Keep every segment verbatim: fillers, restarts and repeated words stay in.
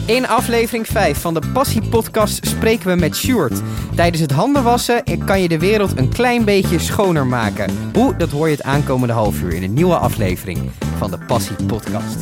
In aflevering vijf van de Passie-podcast spreken we met Sjoerd. Tijdens het handenwassen kan je de wereld een klein beetje schoner maken. Hoe, dat hoor je het aankomende half uur in een nieuwe aflevering van de Passie-podcast.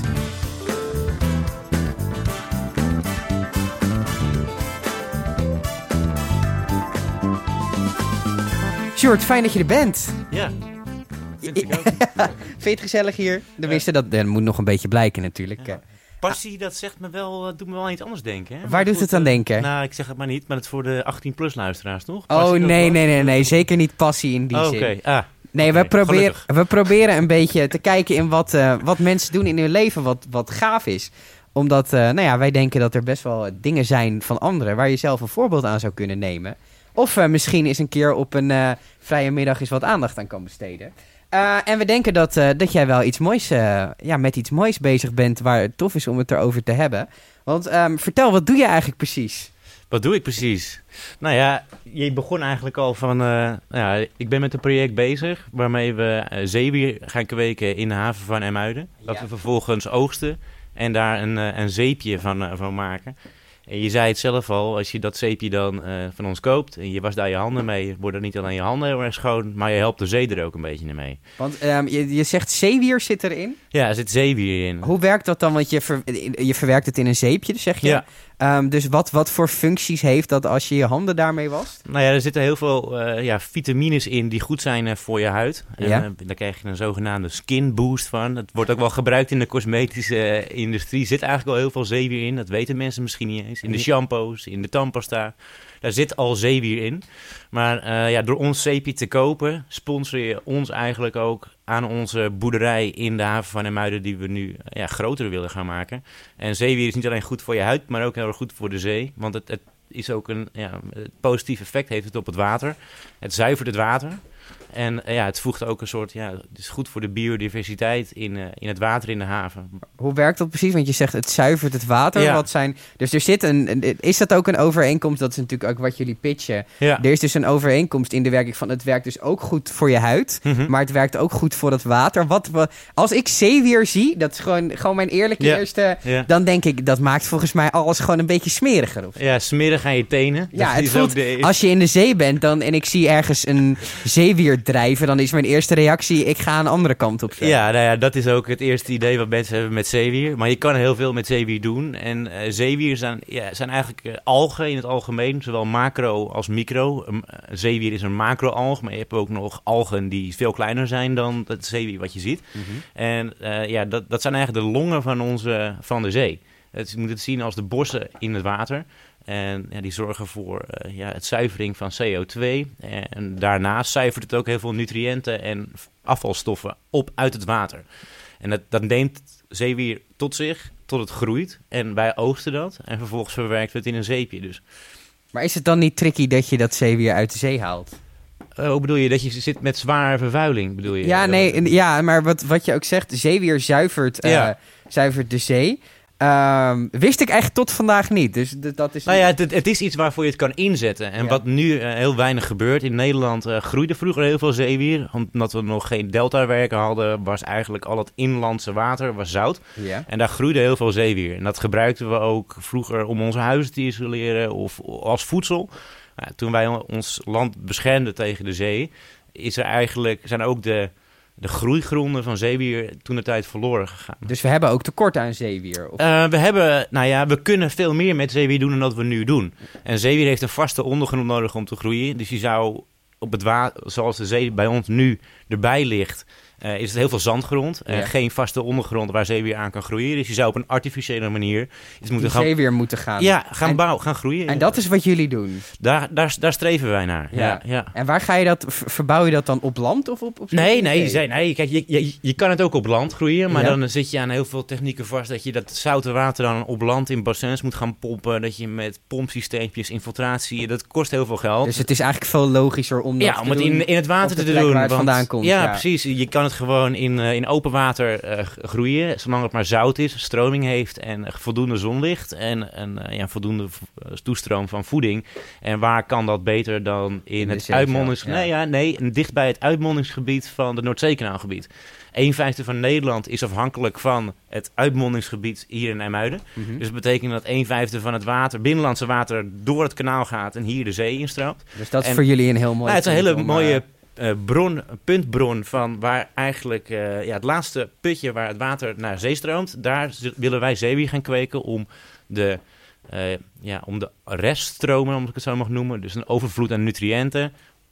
Sjoerd, fijn dat je er bent. Ja, vind ik ook. Vind je het gezellig hier? Tenminste, dat, dat moet nog een beetje blijken natuurlijk. Ja. Passie, dat zegt me wel, uh, doet me wel aan iets anders denken. Hè? Waar maar doet goed, het aan uh, denken? Nou, ik zeg het maar niet, maar het is voor de achttien-plus luisteraars, toch? Passie oh, nee, nee, nee, nee. Zeker niet passie in die oh, zin. Oké, okay. ah. Nee, okay. we, proberen, we proberen een beetje te kijken in wat, uh, wat mensen doen in hun leven, wat, wat gaaf is. Omdat, uh, nou ja, wij denken dat er best wel dingen zijn van anderen waar je zelf een voorbeeld aan zou kunnen nemen. Of uh, misschien eens een keer op een uh, vrije middag eens wat aandacht aan kan besteden. Uh, en we denken dat, uh, dat jij wel iets moois, uh, ja, met iets moois bezig bent waar het tof is om het erover te hebben. Want um, vertel, wat doe je eigenlijk precies? Wat doe ik precies? Nou ja, je begon eigenlijk al van... Uh, ja, ik ben met een project bezig waarmee we uh, zeewier gaan kweken in de haven van IJmuiden. Ja. Dat we vervolgens oogsten en daar een, uh, een zeepje van, uh, van maken. En je zei het zelf al, als je dat zeepje dan uh, van ons koopt en je was daar je handen mee, worden niet alleen je handen heel erg schoon, maar je helpt de zee er ook een beetje mee. Want um, je, je zegt zeewier zit erin? Ja, er zit zeewier in. Hoe werkt dat dan? Want je, ver, je verwerkt het in een zeepje, zeg je? Ja. Um, dus wat, wat voor functies heeft dat als je je handen daarmee wast? Nou ja, er zitten heel veel uh, ja, vitamines in die goed zijn uh, voor je huid. En, ja. uh, daar krijg je een zogenaamde skin boost van. Het wordt ook wel gebruikt in de cosmetische uh, industrie. Er zit eigenlijk al heel veel zeewier in. Dat weten mensen misschien niet eens. In de shampoos, in de tandpasta. Daar zit al zeewier in. Maar uh, ja, door ons zeepje te kopen, sponsor je ons eigenlijk ook aan onze boerderij in de haven van IJmuiden die we nu ja, groter willen gaan maken. En zeewier is niet alleen goed voor je huid, maar ook heel erg goed voor de zee. Want het, het is ook een ja, positief effect heeft het op het water. Het zuivert het water. En uh, ja, het voegt ook een soort, ja, het is goed voor de biodiversiteit in, uh, in het water in de haven. Hoe werkt dat precies? Want je zegt het zuivert het water. Ja. Wat zijn, dus er zit een, is dat ook een overeenkomst? Dat is natuurlijk ook wat jullie pitchen. Ja. Er is dus een overeenkomst in de werking van het werkt dus ook goed voor je huid. Mm-hmm. Maar het werkt ook goed voor het water. Wat, wat, als ik zeewier zie, dat is gewoon, gewoon mijn eerlijke ja. eerste, ja. dan denk ik, dat maakt volgens mij alles gewoon een beetje smeriger. Of? Ja, smerig aan je tenen. Ja, dat het is voelt, ook de... als je in de zee bent dan, en ik zie ergens een zeewier drijven, dan is mijn eerste reactie, ik ga een andere kant op. Zo. Ja, nou ja, dat is ook het eerste idee wat mensen hebben met zeewier. Maar je kan heel veel met zeewier doen. En uh, zeewier zijn, ja, zijn eigenlijk uh, algen in het algemeen, zowel macro als micro. Um, uh, zeewier is een macro-alg, maar je hebt ook nog algen die veel kleiner zijn dan het zeewier wat je ziet. Mm-hmm. En uh, ja, dat, dat zijn eigenlijk de longen van, onze, van de zee. Het, je moet het zien als de bossen in het water. En ja, die zorgen voor uh, ja, het zuivering van C O twee. En daarnaast zuivert het ook heel veel nutriënten en afvalstoffen op uit het water. En dat, dat neemt zeewier tot zich, tot het groeit. En wij oogsten dat. En vervolgens verwerken we het in een zeepje dus. Maar is het dan niet tricky dat je dat zeewier uit de zee haalt? Uh, hoe bedoel je? Dat je zit met zware vervuiling, bedoel je? Ja, nee, ja maar wat, wat je ook zegt, zeewier zuivert, uh, ja. zuivert de zee. Um, wist ik echt tot vandaag niet. Dus d- dat is. Nou ja, het, het is iets waarvoor je het kan inzetten. En ja. wat nu uh, heel weinig gebeurt. In Nederland uh, groeide vroeger heel veel zeewier. Omdat we nog geen deltawerken hadden, was eigenlijk al het inlandse water was zout. Ja. En daar groeide heel veel zeewier. En dat gebruikten we ook vroeger om onze huizen te isoleren of als voedsel. Nou, toen wij ons land beschermden tegen de zee, is er eigenlijk, zijn ook de... de groeigronden van zeewier toen de tijd verloren gegaan. Dus we hebben ook tekort aan zeewier? Of? Uh, we hebben, nou ja, we kunnen veel meer met zeewier doen dan dat we nu doen. En zeewier heeft een vaste ondergrond nodig om te groeien. Dus je zou op het water, zoals de zee bij ons nu erbij ligt, uh, is het heel veel zandgrond. Uh, ja. Geen vaste ondergrond waar zeewier aan kan groeien. Dus je zou op een artificiële manier iets moeten gaan... zeewier moeten gaan. Ja, gaan en, bouwen, gaan groeien. En dat is wat jullie doen? Daar, daar, daar streven wij naar, ja. Ja, ja. En waar ga je dat, verbouw je dat dan op land of op, op Nee, nee, nee, nee. Kijk, je, je, je kan het ook op land groeien, maar ja. dan zit je aan heel veel technieken vast dat je dat zoute water dan op land in bassins moet gaan pompen, dat je met pompsysteempjes, infiltratie, dat kost heel veel geld. Dus het is eigenlijk veel logischer om dat ja, te om het doen in, in het water te doen. Waar het want, vandaan komt. Ja, ja, precies. Je kan het gewoon in, uh, in open water uh, groeien, zolang het maar zout is, stroming heeft en uh, voldoende zonlicht en een uh, ja, voldoende uh, toestroom van voeding. En waar kan dat beter dan in, in het uitmondingsgebied? Ja. Nee, ja, nee, dicht bij het uitmondingsgebied van het Noordzeekanaalgebied. Een vijfde van Nederland is afhankelijk van het uitmondingsgebied hier in IJmuiden. Mm-hmm. Dus dat betekent dat een vijfde van het water, binnenlandse water, door het kanaal gaat en hier de zee instroomt. Dus dat is en, voor jullie een heel mooi... Nou, het is een hele mooie uh, bron, puntbron van waar eigenlijk uh, ja, het laatste putje waar het water naar zee stroomt. Daar z- willen wij zeewier gaan kweken om de, uh, ja, om de reststromen, om ik het zo mag noemen, dus een overvloed aan nutriënten,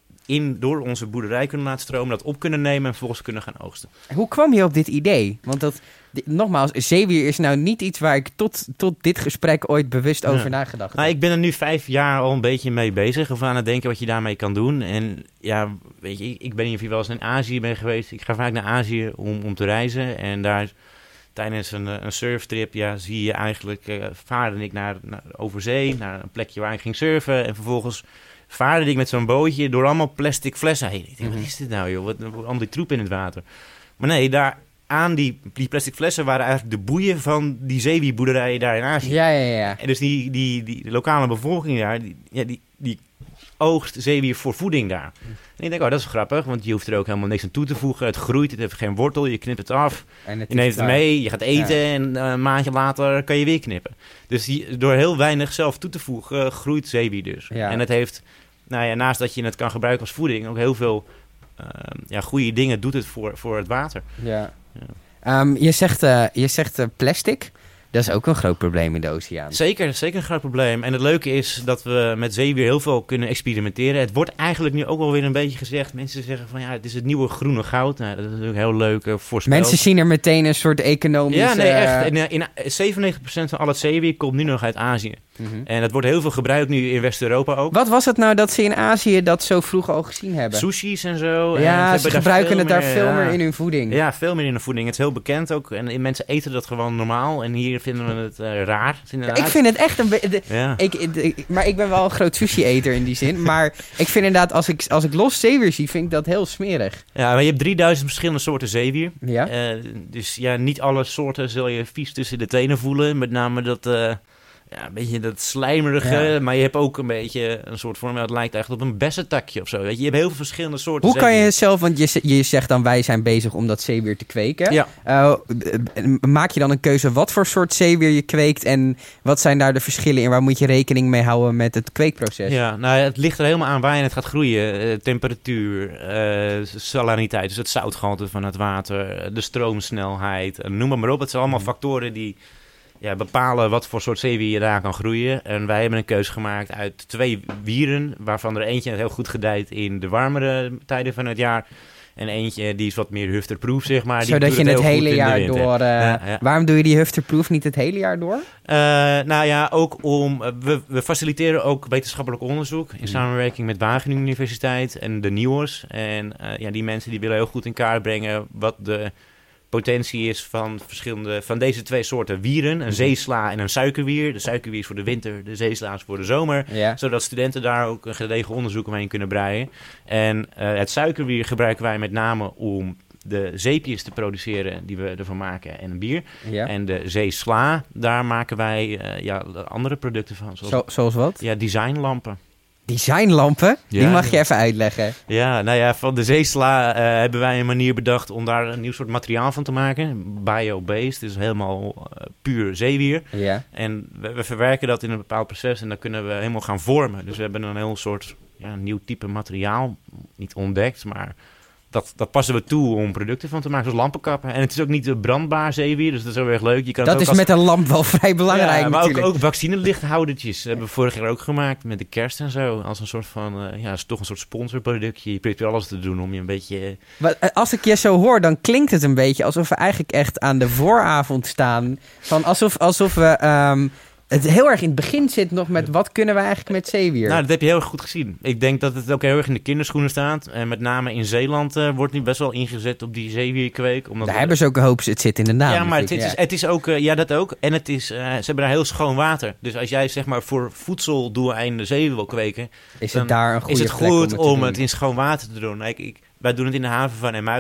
in door onze boerderij kunnen laten stromen, dat op kunnen nemen en vervolgens kunnen gaan oogsten. Hoe kwam je op dit idee? Want dat, dit, nogmaals, zeewier is nou niet iets waar ik tot, tot dit gesprek ooit bewust over ja. nagedacht heb. Nou, ik ben er nu vijf jaar al een beetje mee bezig, of aan het denken wat je daarmee kan doen. En ja, weet je, ik, ik ben hier wel eens in Azië ben geweest. Ik ga vaak naar Azië om, om te reizen en daar tijdens een, een surftrip, ja, zie je eigenlijk, uh, vaarde ik naar, naar over zee, naar een plekje waar ik ging surfen en vervolgens vaarde ik met zo'n bootje door allemaal plastic flessen heen. Ik denk, wat is dit nou, joh? Wat, wat, al die troep in het water. Maar nee, daar aan die, die plastic flessen waren eigenlijk de boeien van die zeewierboerderijen daar in Azië. Ja, ja, ja. En dus die, die, die de lokale bevolking daar, die, ja, die, die oogst zeewier voor voeding daar. En ik denk, oh, dat is grappig, want je hoeft er ook helemaal niks aan toe te voegen. Het groeit, het heeft geen wortel, je knipt het af. En het je neemt het mee, je gaat eten ja. en uh, een maandje later kan je weer knippen. Dus die, door heel weinig zelf toe te voegen, uh, groeit zeewier dus. Ja. En het heeft... Nou ja, naast dat je het kan gebruiken als voeding, ook heel veel uh, ja, goede dingen doet het voor, voor het water. Ja. ja. Um, je zegt, uh, je zegt uh, plastic. Dat is ook een groot probleem in de oceaan. Zeker, zeker een groot probleem. En het leuke is dat we met zeewier heel veel kunnen experimenteren. Het wordt eigenlijk nu ook wel weer een beetje gezegd. Mensen zeggen van ja, het is het nieuwe groene goud. Nou, dat is natuurlijk heel leuk uh, voorspeld. Mensen zien er meteen een soort economische... Ja, nee, echt. In, in, in zevenennegentig procent van al het zeewier komt nu nog uit Azië. Mm-hmm. En dat wordt heel veel gebruikt nu in West-Europa ook. Wat was het nou dat ze in Azië dat zo vroeg al gezien hebben? Sushi's en zo. Ja, en ze gebruiken het daar veel ja. meer in hun voeding. Ja, veel meer in hun voeding. Het is heel bekend ook. En mensen eten dat gewoon normaal. En hier vinden we het uh, raar. Ja, ik vind het echt een beetje... Ja. Ik, ik, maar ik ben wel een groot sushi-eter in die zin. Maar ik vind inderdaad, als ik, als ik los zeewier zie, vind ik dat heel smerig. Ja, maar je hebt drieduizend verschillende soorten zeewier. Ja. Uh, dus ja, niet alle soorten zul je vies tussen de tenen voelen. Met name dat... Uh, Ja, een beetje dat slijmerige, ja. Maar je hebt ook een beetje een soort vorm, het lijkt eigenlijk op een bessentakje of zo. Weet je, je hebt heel veel verschillende soorten. Hoe kan je zelf, want je, je zegt dan wij zijn bezig om dat zeewier te kweken. Ja. Uh, maak je dan een keuze wat voor soort zeewier je kweekt en wat zijn daar de verschillen in? Waar moet je rekening mee houden met het kweekproces? Ja, nou het ligt er helemaal aan waar je het gaat groeien. Uh, temperatuur, uh, saliniteit, dus het zoutgehalte van het water, de stroomsnelheid, uh, noem maar, maar op. Het zijn allemaal mm. factoren die... Ja, bepalen wat voor soort zeewier je daar kan groeien. En wij hebben een keuze gemaakt uit twee wieren, waarvan er eentje heel goed gedijt in de warmere tijden van het jaar. En eentje die is wat meer hufterproof, zeg maar. Die Zodat je het, het hele jaar door... Uh, ja, ja. Waarom doe je die hufterproof niet het hele jaar door? Uh, nou ja, ook om... Uh, we, we faciliteren ook wetenschappelijk onderzoek in samenwerking met Wageningen Universiteit en de N I O S. En uh, ja, die mensen die willen heel goed in kaart brengen wat de potentie is van verschillende van deze twee soorten wieren. Een zeesla en een suikerwier. De suikerwier is voor de winter, de zeesla is voor de zomer. Ja. Zodat studenten daar ook een gedegen onderzoek omheen kunnen breien. En uh, het suikerwier gebruiken wij met name om de zeepjes te produceren die we ervan maken en een bier. Ja. En de zeesla, daar maken wij uh, ja, andere producten van. Zoals, Zo, zoals wat? Ja, designlampen. Designlampen? Ja, die mag je even uitleggen. Ja, nou ja, van de zeesla uh, hebben wij een manier bedacht om daar een nieuw soort materiaal van te maken. Bio-based, dus helemaal uh, puur zeewier. Ja. En we, we verwerken dat in een bepaald proces en dan kunnen we helemaal gaan vormen. Dus we hebben een heel soort ja, nieuw type materiaal, niet ontdekt, maar... Dat, dat passen we toe om producten van te maken, zoals lampenkappen. En het is ook niet brandbaar zeewier, dus dat is heel erg leuk. Je kan dat het ook is als... met een lamp wel vrij belangrijk ja, maar natuurlijk. ook, ook vaccinelichthoudertjes hebben we vorig jaar ook gemaakt met de kerst en zo. Als een soort van, uh, ja, is toch een soort sponsorproductje. Je probeert alles te doen om je een beetje... Maar als ik je zo hoor, dan klinkt het een beetje alsof we eigenlijk echt aan de vooravond staan. Van alsof, alsof we... Um, het heel erg in het begin zit nog met wat kunnen we eigenlijk met zeewier? Nou, dat heb je heel erg goed gezien. Ik denk dat het ook heel erg in de kinderschoenen staat. En met name in Zeeland uh, wordt nu best wel ingezet op die zeewierkweek. Omdat daar we... hebben ze ook een hoop, het zit in de naam. Ja, maar het, het, ja. Is, het is ook, uh, ja dat ook. En het is, uh, ze hebben daar heel schoon water. Dus als jij zeg maar voor voedseldoeleinden zeewier wil kweken, is het daar een goede is het goed om, het, om het in schoon water te doen. Ik, ik, wij doen het in de haven van IJmuiden.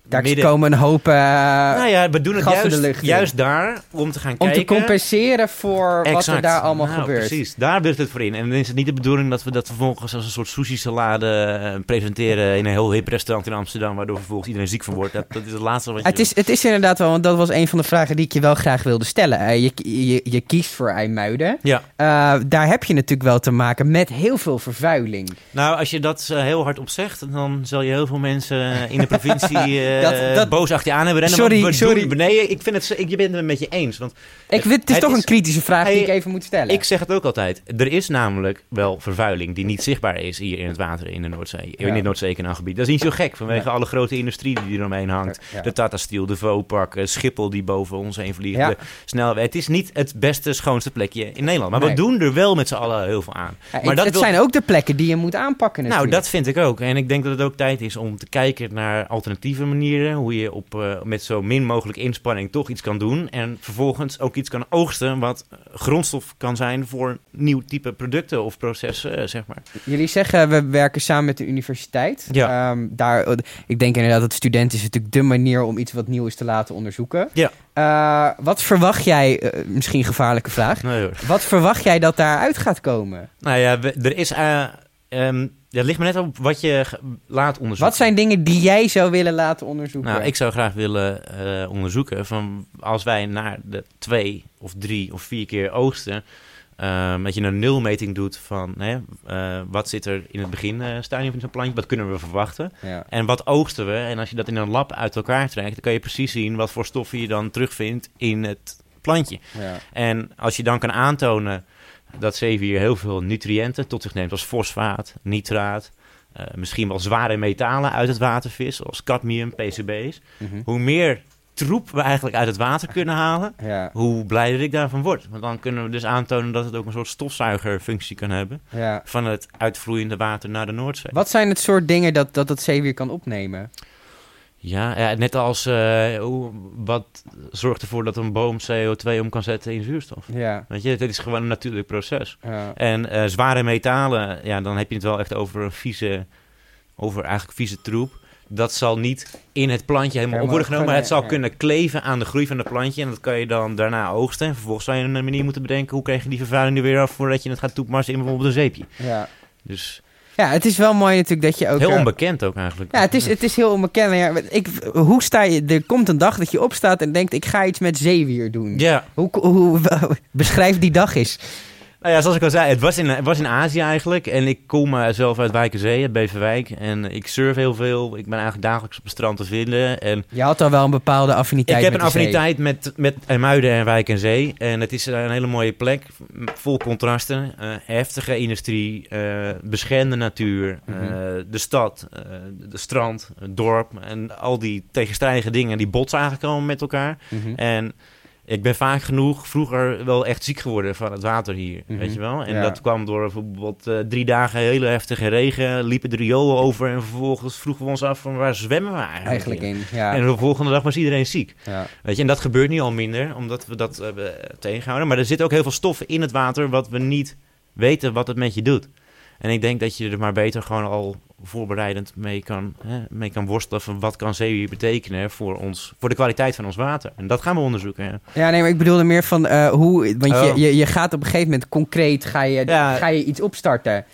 Daar midden... komen een hoop uh, Nou ja, we doen het juist, in. juist daar om te gaan om kijken. Om te compenseren voor exact. Wat er daar allemaal nou, gebeurt. Precies, daar wil het voor in. En dan is het niet de bedoeling dat we dat vervolgens als een soort sushi-salade uh, presenteren in een heel hip restaurant in Amsterdam, waardoor vervolgens iedereen ziek van wordt. Dat, dat is het laatste wat je het is, het is inderdaad wel, want dat was een van de vragen die ik je wel graag wilde stellen. Uh, je, je, je kiest voor IJmuiden. Ja. Uh, daar heb je natuurlijk wel te maken met heel veel vervuiling. Nou, als je dat uh, heel hard op zegt, dan zal je heel veel mensen in de provincie uh, dat, dat... boos achter je aan hebben rennen. Sorry, we sorry. Doen, nee, ik, vind het, ik je bent het met je eens. Want ik, het, het is toch is, een kritische vraag hey, die ik even moet stellen. Ik zeg het ook altijd. Er is namelijk wel vervuiling die niet zichtbaar is hier in het water in de Noordzee. Ja. In het Noordzee-kanaal-gebied. Dat is niet zo gek vanwege ja. alle grote industrie die eromheen hangt. Ja. De Tata Steel, de Vopak, Schiphol die boven ons heen vliegt. Ja. De snelweg. Het is niet het beste, schoonste plekje in Nederland. Maar nee. we doen er wel met z'n allen heel veel aan. Ja, maar het dat het wil... zijn ook de plekken die je moet aanpakken natuurlijk. Nou, dat vind ik ook. En ik denk dat het ook tijd is om te kijken naar alternatieve manieren. Hoe je op, uh, met zo min mogelijk inspanning toch iets kan doen. En vervolgens ook iets kan oogsten wat grondstof kan zijn voor nieuw type producten of processen, uh, zeg maar. Jullie zeggen, we werken samen met de universiteit. Ja. Um, daar, ik denk inderdaad dat studenten is natuurlijk de manier om iets wat nieuw is te laten onderzoeken. Ja. Uh, wat verwacht jij, uh, misschien een gevaarlijke vraag, nee, wat verwacht jij dat daaruit gaat komen? Nou ja, we, er is... Uh, um, Het ligt me net op wat je laat onderzoeken. Wat zijn dingen die jij zou willen laten onderzoeken? Nou, ik zou graag willen uh, onderzoeken van als wij naar de twee of drie of vier keer oogsten, uh, dat je een nulmeting doet van hè, uh, wat zit er in het beginstadium van zo'n plantje, wat kunnen we verwachten ja. en wat oogsten we. En als je dat in een lab uit elkaar trekt, dan kan je precies zien wat voor stoffen je dan terugvindt in het plantje. Ja. En als je dan kan aantonen dat zeewier heel veel nutriënten tot zich neemt, als fosfaat, nitraat, uh, misschien wel zware metalen uit het water vis, zoals cadmium, P C B's. Mm-hmm. Hoe meer troep we eigenlijk uit het water kunnen halen, ja. hoe blijder ik daarvan word. Want dan kunnen we dus aantonen dat het ook een soort stofzuigerfunctie kan hebben, ja. van het uitvloeiende water naar de Noordzee. Wat zijn het soort dingen dat dat het zeewier kan opnemen? Ja, ja, net als uh, hoe, wat zorgt ervoor dat een boom C O twee om kan zetten in zuurstof. Ja. Weet je, het is gewoon een natuurlijk proces. Ja. En uh, zware metalen, ja, dan heb je het wel echt over een vieze, over eigenlijk vieze troep. Dat zal niet in het plantje helemaal ja, op worden genomen, maar het zal ja. kunnen kleven aan de groei van het plantje. En dat kan je dan daarna oogsten. En vervolgens zou je een manier moeten bedenken, hoe krijg je die vervuiling er weer af voordat je het gaat toepassen in bijvoorbeeld een zeepje. Ja. Dus... Ja, het is wel mooi natuurlijk dat je ook... Heel uh, onbekend ook eigenlijk. Ja, het is, het is heel onbekend. Maar ja, ik, hoe sta je... Er komt een dag dat je opstaat en denkt, ik ga iets met zeewier doen. Ja. Hoe, hoe, beschrijf die dag eens. Nou ja, zoals ik al zei, het was in, het was in Azië eigenlijk. En ik kom uh, zelf uit Wijkerzee, uit Beverwijk. En ik surf heel veel. Ik ben eigenlijk dagelijks op het strand te vinden. En je had al wel een bepaalde affiniteit met Ik heb met een affiniteit met, met IJmuiden en Wijk en Zee. En het is een hele mooie plek. Vol contrasten. Uh, heftige industrie. Uh, beschermde natuur. Mm-hmm. Uh, de stad. Uh, de strand. Het dorp. En al die tegenstrijdige dingen die botsen eigenlijk allemaal met elkaar. Mm-hmm. En... Ik ben vaak genoeg vroeger wel echt ziek geworden van het water hier, mm-hmm. weet je wel. En ja. dat kwam door bijvoorbeeld uh, drie dagen hele heftige regen, liepen de riolen over en vervolgens vroegen we ons af van waar zwemmen we eigenlijk, eigenlijk in. Ja. En de volgende dag was iedereen ziek. Ja. Weet je, en dat gebeurt nu al minder, omdat we dat hebben uh, tegengehouden. Maar er zit ook heel veel stoffen in het water wat we niet weten wat het met je doet. En ik denk dat je er maar beter gewoon al voorbereidend mee kan, hè, mee kan worstelen van wat kan zeewier betekenen voor ons, voor de kwaliteit van ons water. En dat gaan we onderzoeken. Ja, ja nee, maar ik bedoelde meer van uh, hoe, want oh. je, je, je gaat op een gegeven moment concreet, ga je, ja. ga je iets opstarten.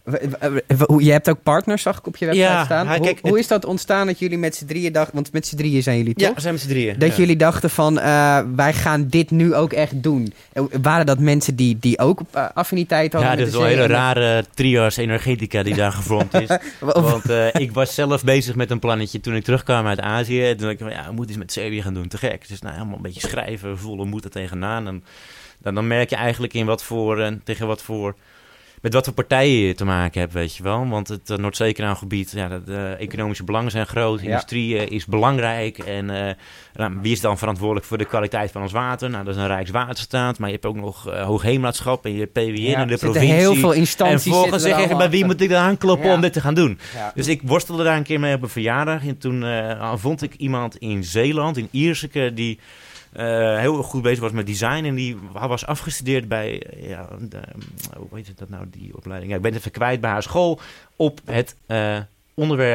Je hebt ook partners, zag ik op je website ja, staan. Ja, kijk, hoe, hoe is dat ontstaan dat jullie met z'n drieën dachten... Want met z'n drieën zijn jullie, toch? Ja, we zijn met z'n drieën. Dat ja. jullie dachten van, uh, wij gaan dit nu ook echt doen. Waren dat mensen die, die ook uh, affiniteit hadden? Ja, dat is wel een hele rare trias energetica die daar gevormd is. Want uh, ik was zelf bezig met een plannetje toen ik terugkwam uit Azië. Toen dacht ik van, ja, we moeten iets met zeewier gaan doen. Te gek. Dus nou, helemaal een beetje schrijven, volle moed er tegenaan. En dan, dan merk je eigenlijk in wat voor, uh, tegen wat voor... met wat voor partijen je te maken hebt, weet je wel. Want het uh, Noordzeekanaal-gebied, ja, de, de economische belangen zijn groot. De ja. industrie uh, is belangrijk. En uh, nou, wie is dan verantwoordelijk voor de kwaliteit van ons water? Nou, dat is een Rijkswaterstaat. Maar je hebt ook nog uh, Hoogheemraadschap en je P W N ja, en de er provincie. heel veel instanties. En volgens zeg je, bij wie moet ik dan aankloppen ja. om dit te gaan doen? Ja. Dus ik worstelde daar een keer mee op een verjaardag. En toen uh, vond ik iemand in Zeeland, in Ierseke, die... Uh, heel goed bezig was met design en die was afgestudeerd bij, uh, ja, de, uh, hoe heet het dat nou, die opleiding? Ja, ik ben het even kwijt bij haar school op het uh, onderwerp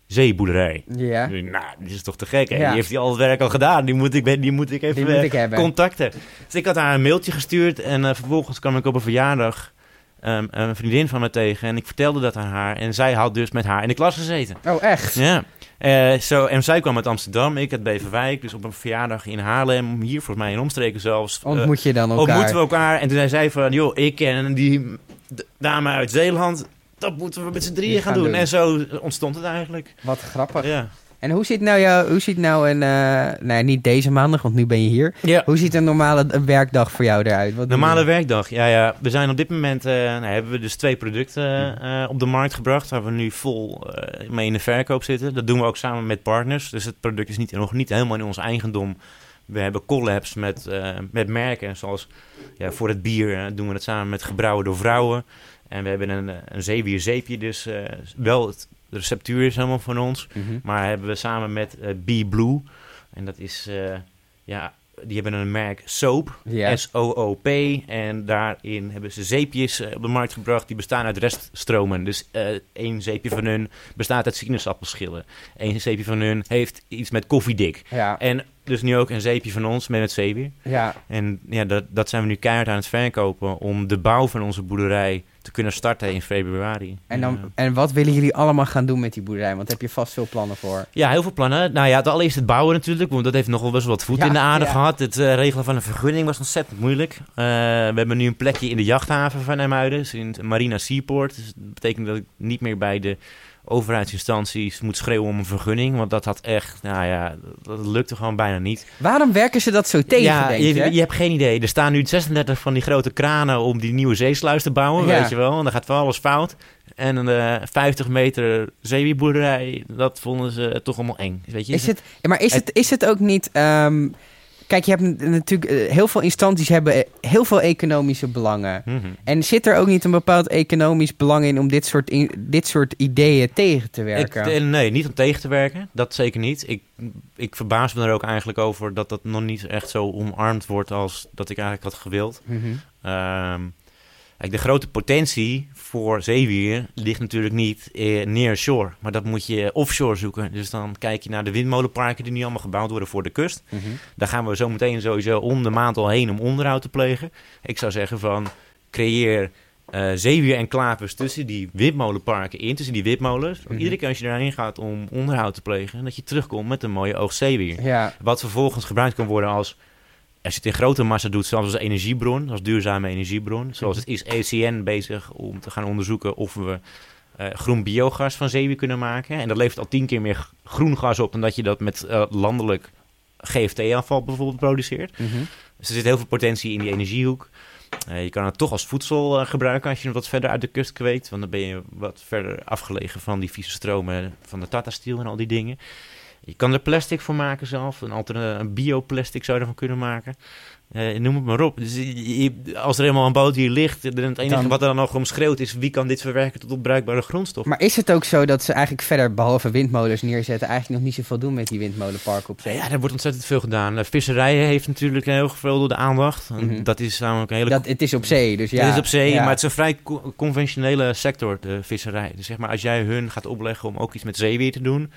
zeeboerderij. Ja. Nou, dit is toch te gek, hè? Ja. Die heeft hij al het werk al gedaan. Die moet ik, die moet ik even Die moet ik hebben. contacten. Dus ik had haar een mailtje gestuurd en uh, vervolgens kwam ik op een verjaardag um, een vriendin van me tegen en ik vertelde dat aan haar. En zij had dus met haar in de klas gezeten. Oh, echt? Ja. Uh, zo, en zij kwam uit Amsterdam, ik uit Beverwijk. Dus op een verjaardag in Haarlem, hier volgens mij in omstreken zelfs. Uh, Ontmoet je dan elkaar? Ontmoeten we elkaar. En toen zei zij van, joh, ik ken die d- dame uit Zeeland. Dat moeten we met z'n drieën gaan, gaan doen. doen. En zo ontstond het eigenlijk. Wat grappig. Ja. En hoe ziet nou jouw, hoe ziet nou een, uh, nou niet deze maandag, want nu ben je hier. Ja. Hoe ziet een normale een werkdag voor jou eruit? Wat normale werkdag, ja, ja. We zijn op dit moment, uh, nou, hebben we dus twee producten uh, op de markt gebracht, waar we nu vol uh, mee in de verkoop zitten. Dat doen we ook samen met partners. Dus het product is niet, nog niet helemaal in ons eigendom. We hebben collabs met, uh, met merken, zoals ja, voor het bier uh, doen we het samen met Gebrouwen door Vrouwen. En we hebben een, een zeewier zeepje, dus uh, wel het de receptuur is helemaal van ons. Mm-hmm. Maar hebben we samen met uh, Be Blue. En dat is, uh, ja, die hebben een merk Soap. Yeah. S O O P. En daarin hebben ze zeepjes uh, op de markt gebracht. Die bestaan uit reststromen. Dus uh, één zeepje van hun bestaat uit sinaasappelschillen. Eén zeepje van hun heeft iets met koffiedik. Ja. En dus nu ook een zeepje van ons met het zeewier. Ja. En ja, dat, dat zijn we nu keihard aan het verkopen om de bouw van onze boerderij te kunnen starten in februari. En, dan, ja. en wat willen jullie allemaal gaan doen met die boerderij? Want heb je vast veel plannen voor. Ja, heel veel plannen. Nou ja, het allereerst het bouwen natuurlijk, want dat heeft nog wel best wel wat voet ja, in de aarde ja. gehad. Het uh, regelen van een vergunning was ontzettend moeilijk. Uh, we hebben nu een plekje in de jachthaven van IJmuiden, dus in Marina Seaport. Dus dat betekent dat ik niet meer bij de overheidsinstanties moet schreeuwen om een vergunning, want dat had echt, nou ja, dat lukte gewoon bijna niet. Waarom werken ze dat zo tegen, ja, denk je, je? je hebt geen idee. Er staan nu zesendertig van die grote kranen om die nieuwe zeesluis te bouwen, ja. weet je wel. En dan gaat van alles fout. En een uh, vijftig meter zeewierboerderij, dat vonden ze toch allemaal eng. Weet je? Is het, maar is het, is het ook niet... Um, kijk, je hebt natuurlijk... Uh, heel veel instanties hebben heel veel economische belangen. Mm-hmm. En zit er ook niet een bepaald economisch belang in om dit soort, in, dit soort ideeën tegen te werken? Ik, nee, niet om tegen te werken. Dat zeker niet. Ik, ik verbaas me er ook eigenlijk over dat dat nog niet echt zo omarmd wordt als dat ik eigenlijk had gewild. Mm-hmm. Um, Kijk, de grote potentie voor zeewier ligt natuurlijk niet eh, nearshore, maar dat moet je offshore zoeken. Dus dan kijk je naar de windmolenparken die nu allemaal gebouwd worden voor de kust. Mm-hmm. Daar gaan we zo meteen sowieso om de maand al heen om onderhoud te plegen. Ik zou zeggen van creëer uh, zeewier-enclaves tussen die windmolenparken in, tussen die windmolens. Mm-hmm. Iedere keer als je daarheen gaat om onderhoud te plegen, dat je terugkomt met een mooie oogst zeewier. Ja. Wat vervolgens gebruikt kan worden als... Als je het in grote massa doet, zelfs als energiebron, als duurzame energiebron. Zoals het is E C N bezig om te gaan onderzoeken of we uh, groen biogas van zeewier kunnen maken. En dat levert al tien keer meer groen gas op dan dat je dat met uh, landelijk G F T-afval bijvoorbeeld produceert. Mm-hmm. Dus er zit heel veel potentie in die energiehoek. Uh, je kan het toch als voedsel uh, gebruiken als je het wat verder uit de kust kweekt. Want dan ben je wat verder afgelegen van die vieze stromen van de Tata Steel en al die dingen. Je kan er plastic voor maken zelf. Een, alterne- een bioplastic zou je ervan kunnen maken. Uh, noem het maar op. Dus je, als er helemaal een boot hier ligt... het enige dan, wat er dan nog om schreeuwt is... wie kan dit verwerken tot opbruikbare grondstof? Maar is het ook zo dat ze eigenlijk verder... behalve windmolens neerzetten... eigenlijk nog niet zoveel doen met die windmolenparken op zee? Ja, er wordt ontzettend veel gedaan. Visserijen heeft natuurlijk heel veel de aandacht. Mm-hmm. Dat is namelijk een hele... Dat, het is op zee, dus ja. Het is op zee, ja. maar het is een vrij co- conventionele sector, de visserij. Dus zeg maar, als jij hun gaat opleggen om ook iets met zeewier te doen...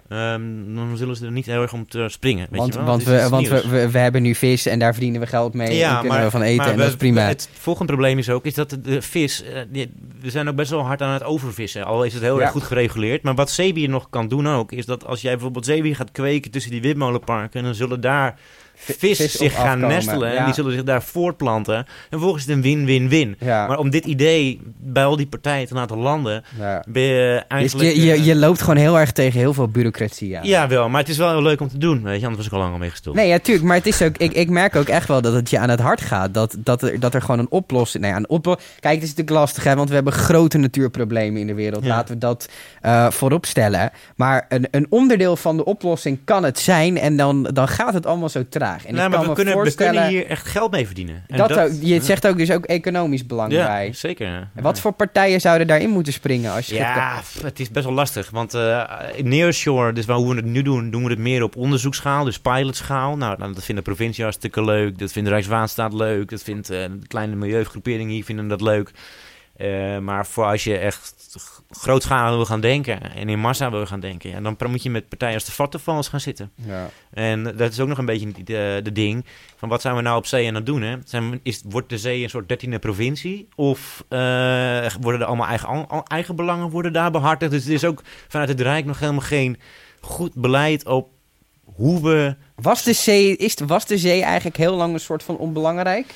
Um, dan zullen ze er niet heel erg om te springen. Weet want je wel? want, we, want we, we, we hebben nu vis en daar verdienen we geld mee. Ja, en kunnen maar, we van eten en we, dat is prima. Het volgende probleem is ook is dat de, de vis... Uh, die, we zijn ook best wel hard aan het overvissen. Al is het heel ja. erg goed gereguleerd. Maar wat zeewier nog kan doen ook... is dat als jij bijvoorbeeld zeewier gaat kweken tussen die windmolenparken... dan zullen daar... vis, vis zich gaan afkomen. nestelen ja. en die zullen zich daar voortplanten. En vervolgens is het een win-win-win. Ja. Maar om dit idee bij al die partijen te laten landen... Ja. ben je eigenlijk... Je, je, je loopt gewoon heel erg tegen heel veel bureaucratie aan. Ja, wel. Maar het is wel heel leuk om te doen. Weet je, anders was ik al lang al mee gestopt. Nee, ja, tuurlijk. Maar het is ook, ik, ik merk ook echt wel dat het je aan het hart gaat. Dat, dat, er, dat er gewoon een oplossing... Nou ja, een oplo- Kijk, het is natuurlijk lastig, hè, want we hebben grote natuurproblemen in de wereld. Ja. Laten we dat uh, voorop stellen. Maar een, een onderdeel van de oplossing kan het zijn... en dan, dan gaat het allemaal zo traag. En nou, ik kan maar we, me kunnen, voorstellen, we kunnen hier echt geld mee verdienen. En dat dat, ook, je zegt ook dus ook economisch belang ja, bij. Zeker. Ja. En wat voor partijen zouden daarin moeten springen? Als je ja, gaat... het is best wel lastig. Want uh, nearshore, dus waar, hoe we het nu doen, doen we het meer op onderzoeksschaal, dus pilotschaal. Nou, dat vindt de provincie hartstikke leuk. Dat vindt de Rijkswaterstaat leuk. Dat vindt uh, de kleine milieugroeperingen hier vinden dat leuk. Uh, maar voor als je echt grootschalig wil gaan denken en in massa wil gaan denken, ja, dan moet je met partijen als de Vattenfalls gaan zitten. Ja. En dat is ook nog een beetje de, de ding van wat zijn we nou op zee aan het doen? Hè? Zijn, is, wordt de zee een soort dertiende provincie? Of uh, worden er allemaal eigen, al, eigen belangen worden daar behartigd? Dus er is ook vanuit het Rijk nog helemaal geen goed beleid op hoe we... Was de zee, is, was de zee eigenlijk heel lang een soort van onbelangrijk?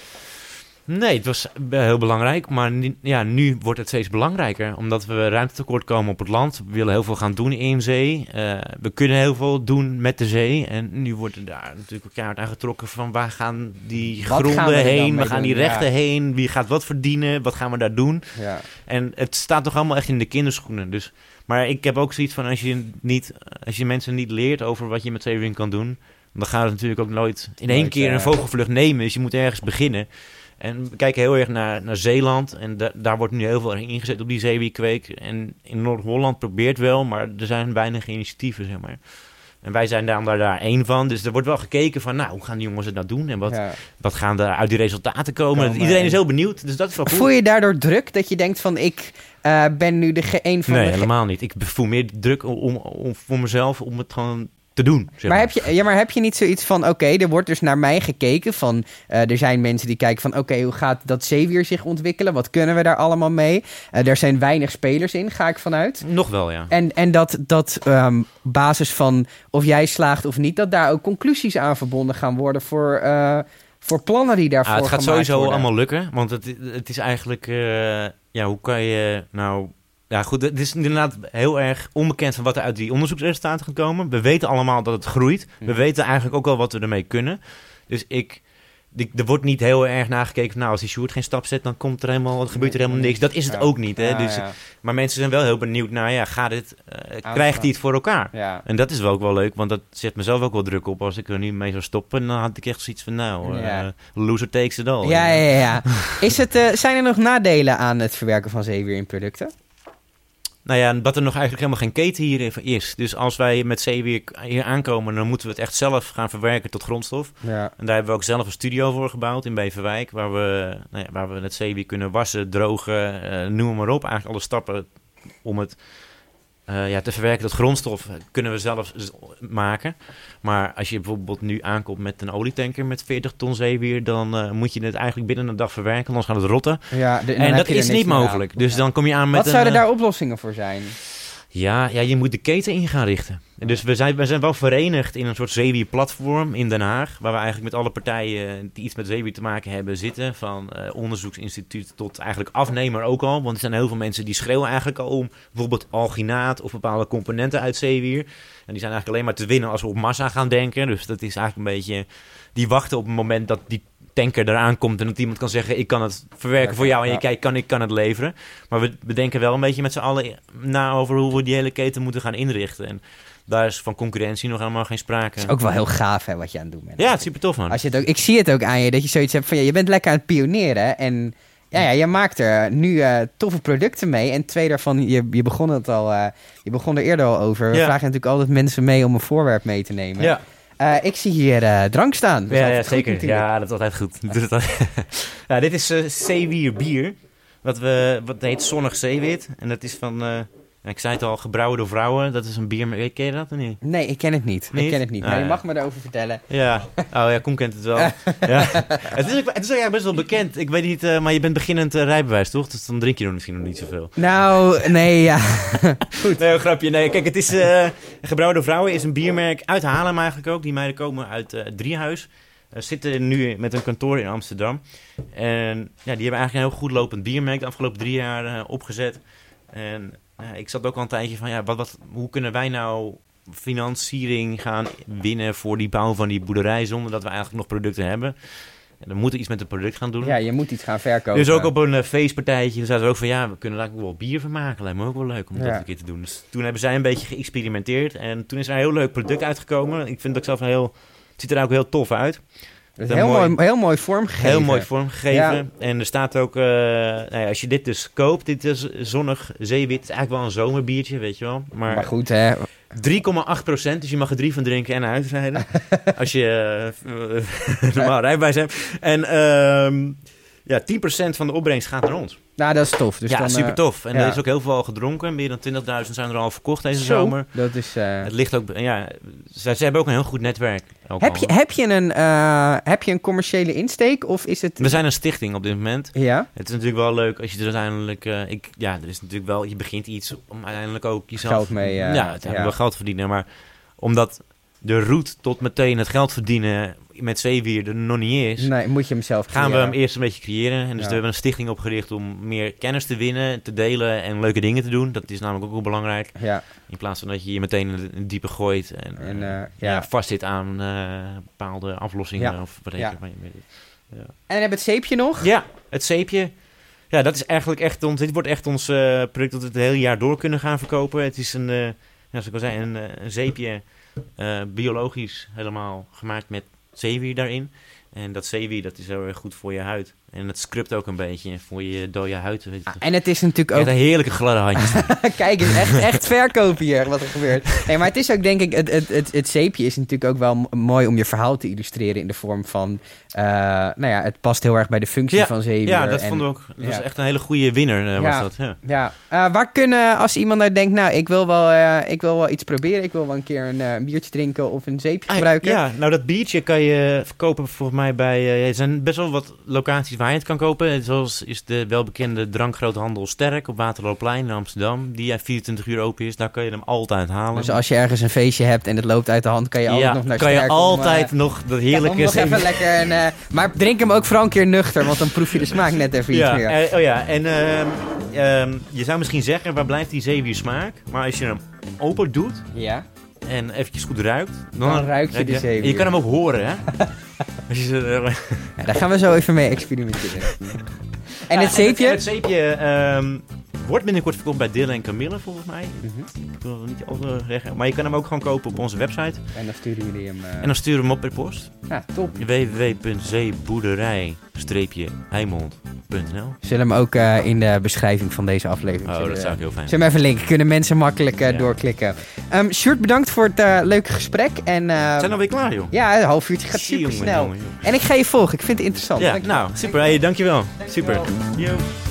Nee, het was heel belangrijk, maar nu, ja, nu wordt het steeds belangrijker. Omdat we ruimtetekort komen op het land. We willen heel veel gaan doen in zee. Uh, we kunnen heel veel doen met de zee. En nu wordt er daar natuurlijk elkaar aangetrokken van waar gaan die wat gronden gaan we heen? Waar gaan doen? die rechten ja. heen? Wie gaat wat verdienen? Wat gaan we daar doen? Ja. En het staat toch allemaal echt in de kinderschoenen. Dus, maar ik heb ook zoiets van als je, niet, als je mensen niet leert over wat je met zeewier kan doen, dan gaat het natuurlijk ook nooit in één nooit, keer uh... een vogelvlucht nemen. Dus je moet ergens beginnen. En we kijken heel erg naar, naar Zeeland. En da- daar wordt nu heel veel ingezet op die zeewierkweek. En in Noord-Holland probeert wel, maar er zijn weinig initiatieven, zeg maar. En wij zijn daar, daar, daar één van. Dus er wordt wel gekeken van, nou, hoe gaan die jongens het nou doen? En wat, ja. wat gaan er uit die resultaten komen? komen Iedereen is heel benieuwd, dus dat is wel cool. Voel je daardoor druk dat je denkt van, ik uh, ben nu de ge- een van nee, de... Nee, helemaal niet. Ik voel meer druk om, om, om, voor mezelf om het gewoon... te doen. Zeg maar. Maar, heb je, ja, maar heb je niet zoiets van, oké, okay, er wordt dus naar mij gekeken van, uh, er zijn mensen die kijken van, oké, okay, hoe gaat dat zeewier zich ontwikkelen? Wat kunnen we daar allemaal mee? Uh, er zijn weinig spelers in, ga ik vanuit. Nog wel, ja. En, en dat, dat um, basis van of jij slaagt of niet, dat daar ook conclusies aan verbonden gaan worden voor, uh, voor plannen die daarvoor ah, het gaat sowieso worden. allemaal lukken, want het, het is eigenlijk, uh, ja, hoe kan je nou... Ja, goed, het is inderdaad heel erg onbekend van wat er uit die onderzoeksresultaten gaat komen. We weten allemaal dat het groeit. We Ja. weten eigenlijk ook wel wat we ermee kunnen. Dus ik, die, er wordt niet heel erg nagekeken van, nou, als die Sjoerd geen stap zet, dan komt er helemaal, dan gebeurt er helemaal niks. Dat is het ja. ook niet, hè. Ja, dus, ja. Maar mensen zijn wel heel benieuwd naar, ja, gaat dit, uh, krijgt hij het voor elkaar? Ja. En dat is wel ook wel leuk, want dat zet mezelf ook wel druk op. Als ik er nu mee zou stoppen, dan had ik echt zoiets van, nou, uh, Ja. loser takes it all. Ja, ja, ja. Is het, uh, zijn er nog nadelen aan het verwerken van zeewier in producten? Nou ja, dat er nog eigenlijk helemaal geen keten hier is. Dus als wij met zeewier hier aankomen, dan moeten we het echt zelf gaan verwerken tot grondstof. Ja. En daar hebben we ook zelf een studio voor gebouwd in Beverwijk, waar we, nou ja, waar we het zeewier kunnen wassen, drogen, uh, noem maar op. Eigenlijk alle stappen om het uh, ja, te verwerken tot grondstof kunnen we zelf maken. Maar als je bijvoorbeeld nu aankomt met een olietanker met veertig ton zeewier, dan uh, moet je het eigenlijk binnen een dag verwerken, anders gaat het rotten. Ja, de, en dat is niet mogelijk. Aan. Dus ja. dan kom je aan met Wat zouden een, daar oplossingen voor zijn? Ja, ja, je moet de keten in gaan richten. En dus we zijn, we zijn wel verenigd in een soort zeewierplatform in Den Haag, waar we eigenlijk met alle partijen die iets met zeewier te maken hebben zitten, van uh, onderzoeksinstituut tot eigenlijk afnemer ook al. Want er zijn heel veel mensen die schreeuwen eigenlijk al om bijvoorbeeld alginaat of bepaalde componenten uit zeewier. En die zijn eigenlijk alleen maar te winnen als we op massa gaan denken. Dus dat is eigenlijk een beetje, die wachten op het moment dat die tanker eraan komt en dat iemand kan zeggen, ik kan het verwerken ja, voor jou en je kijkt, kan, ik kan het leveren. Maar we, we denken wel een beetje met z'n allen na over hoe we die hele keten moeten gaan inrichten. En daar is van concurrentie nog helemaal geen sprake. Het is ook wel heel gaaf, hè, wat je aan het doen bent. Ja, het is super tof, man. Als je het ook, ik zie het ook aan je, dat je zoiets hebt van, ja, je bent lekker aan het pioneren en ja, ja, je maakt er nu uh, toffe producten mee. En twee daarvan, je, je begon het al, uh, je begon er eerder al over. We ja. vragen natuurlijk altijd mensen mee om een voorwerp mee te nemen. Ja. Uh, ik zie hier uh, drank staan. Ja, ja zeker. Goed, ja, dat is altijd goed. ja, dit is uh, zeewier bier. Wat, we, wat heet Zonnig Zeewit. En dat is van, uh, ik zei het al, gebrouwen door vrouwen. Dat is een bier. Ken je dat of niet? Nee, ik ken het niet. niet? Ik ken het niet. Ah, maar je mag me daarover vertellen. Ja. Oh ja, Koen kent het wel. ja. het, is, het is eigenlijk best wel bekend. Ik weet niet, uh, maar je bent beginnend uh, rijbewijs, toch? Dus dan drink je er misschien nog niet zoveel. Nou, nee, ja. Goed. Nee, een grapje. Nee, kijk, het is uh, gebrouwen door vrouwen. Is een biermerk uit Haarlem eigenlijk ook. Die meiden komen uit uh, Driehuis. Uh, zitten nu met een kantoor in Amsterdam. En ja, die hebben eigenlijk een heel goed lopend biermerk de afgelopen drie jaar uh, opgezet. En uh, ik zat ook al een tijdje van, ja, wat, wat, hoe kunnen wij nou financiering gaan winnen voor die bouw van die boerderij zonder dat we eigenlijk nog producten hebben? En dan moeten we iets met het product gaan doen. Ja, je moet iets gaan verkopen. Dus ook op een uh, feestpartijtje, dan zaten we ook van, ja, we kunnen daar ook wel bier van maken. Lijkt me ook wel leuk om ja. dat een keer te doen. Dus toen hebben zij een beetje geëxperimenteerd en toen is er een heel leuk product uitgekomen. Ik vind het ook zelf een heel, het ziet er ook heel tof uit. Het heel, mooi, mooi, heel mooi vormgegeven. Heel mooi vormgegeven. Ja. En er staat ook, uh, nou ja, als je dit dus koopt, dit is Zonnig Zeewit. Het is eigenlijk wel een zomerbiertje, weet je wel. Maar, maar goed, hè. drie komma acht procent, dus je mag er drie van drinken en uitrijden. als je uh, uh, normaal rijbewijs hebt. En uh, ja, tien procent van de opbrengst gaat naar ons. Nou, dat is tof. Dus ja, dan, super tof. En ja. er is ook heel veel al gedronken. Meer dan twintigduizend zijn er al verkocht deze Zo, zomer. Dat is... Uh... Het ligt ook... Ja, ze, ze hebben ook een heel goed netwerk. Heb je, heb, je een, uh, heb je een commerciële insteek? Of is het... We zijn een stichting op dit moment. Ja. Het is natuurlijk wel leuk als je er uiteindelijk... Uh, ik, ja, er is natuurlijk wel... Je begint iets om uiteindelijk ook jezelf... Geld mee... Uh, ja, uiteindelijk ja. wel geld verdienen. Maar omdat de route tot meteen het geld verdienen met zeewier er nog niet is... Nee, moet je hem zelf creëren. Gaan we hem eerst een beetje creëren. En dus Ja. we hebben een stichting opgericht om meer kennis te winnen, te delen en leuke dingen te doen. Dat is namelijk ook wel belangrijk. Ja. In plaats van dat je je meteen in het diepe gooit en, En, uh, ja. ja. Ja, vastzit aan uh, bepaalde aflossingen Ja. of wat Ja. je weet. Ja. En dan heb je het zeepje nog? Ja, het zeepje. Ja, dat is eigenlijk echt ons. Dit wordt echt ons uh, product dat we het hele jaar door kunnen gaan verkopen. Het is een, uh, ja, zoals ik al zei, een, uh, een zeepje, uh, biologisch helemaal gemaakt met zeewier daarin. En dat zeewier, dat is heel erg goed voor je huid. En het scrubt ook een beetje voor je dode huid. Weet je. Ah, en het is natuurlijk ook... Echt een heerlijke gladde handjes. Kijk eens, echt, echt verkopen hier wat er gebeurt. Nee, maar het is ook denk ik... Het, het, het, het zeepje is natuurlijk ook wel m- mooi om je verhaal te illustreren in de vorm van... Uh, nou ja, het past heel erg bij de functie ja, van zeewier. Ja, dat en, vonden we ook. Dat ja. was echt een hele goede winnaar, uh, was Ja. dat. Ja. Ja, uh, waar kunnen, als iemand nou denkt... Nou, ik wil wel, uh, ik wil wel iets proberen. Ik wil wel een keer een uh, biertje drinken of een zeepje Ah, gebruiken. ja, nou dat biertje kan je verkopen volgens mij bij... Uh, er zijn best wel wat locaties waar je het kan kopen. Zoals is de welbekende drankgroothandel Sterk op Waterloopplein in Amsterdam. Die uh, vierentwintig uur open is. Daar kan je hem altijd halen. Dus als je ergens een feestje hebt en het loopt uit de hand... kan je altijd ja, nog naar kan Sterk je altijd om, uh, nog dat ja, heerlijke... om nog even lekker... Een, uh, maar drink hem ook vooral een keer nuchter... want dan proef je de smaak net even iets ja, meer. uh, oh ja, en uh, um, je zou misschien zeggen... waar blijft die zeewier smaak? Maar als je hem open doet... Ja. en eventjes goed ruikt... dan, Dan ruik je de zeewier. En je kan hem ook horen, hè? Als je, uh, Ja, daar gaan we zo even mee experimenteren. En het zeepje? En het, en het zeepje um, wordt binnenkort verkocht bij Dylan en Camille, volgens mij. Mm-hmm. Ik wil het niet al zeggen. Maar je kan hem ook gewoon kopen op onze website. En dan sturen jullie hem... Uh... En dan sturen we hem op per post. Ja, top. w w w punt zeeboerderij heimond punt n l. Zullen we hem ook uh, in de beschrijving van deze aflevering... Oh, zullen, dat zou ik heel fijn Zullen we even linken? Kunnen mensen makkelijk uh, ja. doorklikken. Um, Sjoerd, bedankt voor het uh, leuke gesprek. En, uh, We zijn alweer klaar, joh. Ja, een half uurtje gaat Zie, super jongen, snel. jongen, jongen. En ik ga je volgen. Ik vind het interessant. Ja, Dankjewel. nou, super. Hey, dankjewel. Dankjewel. Super. Yo.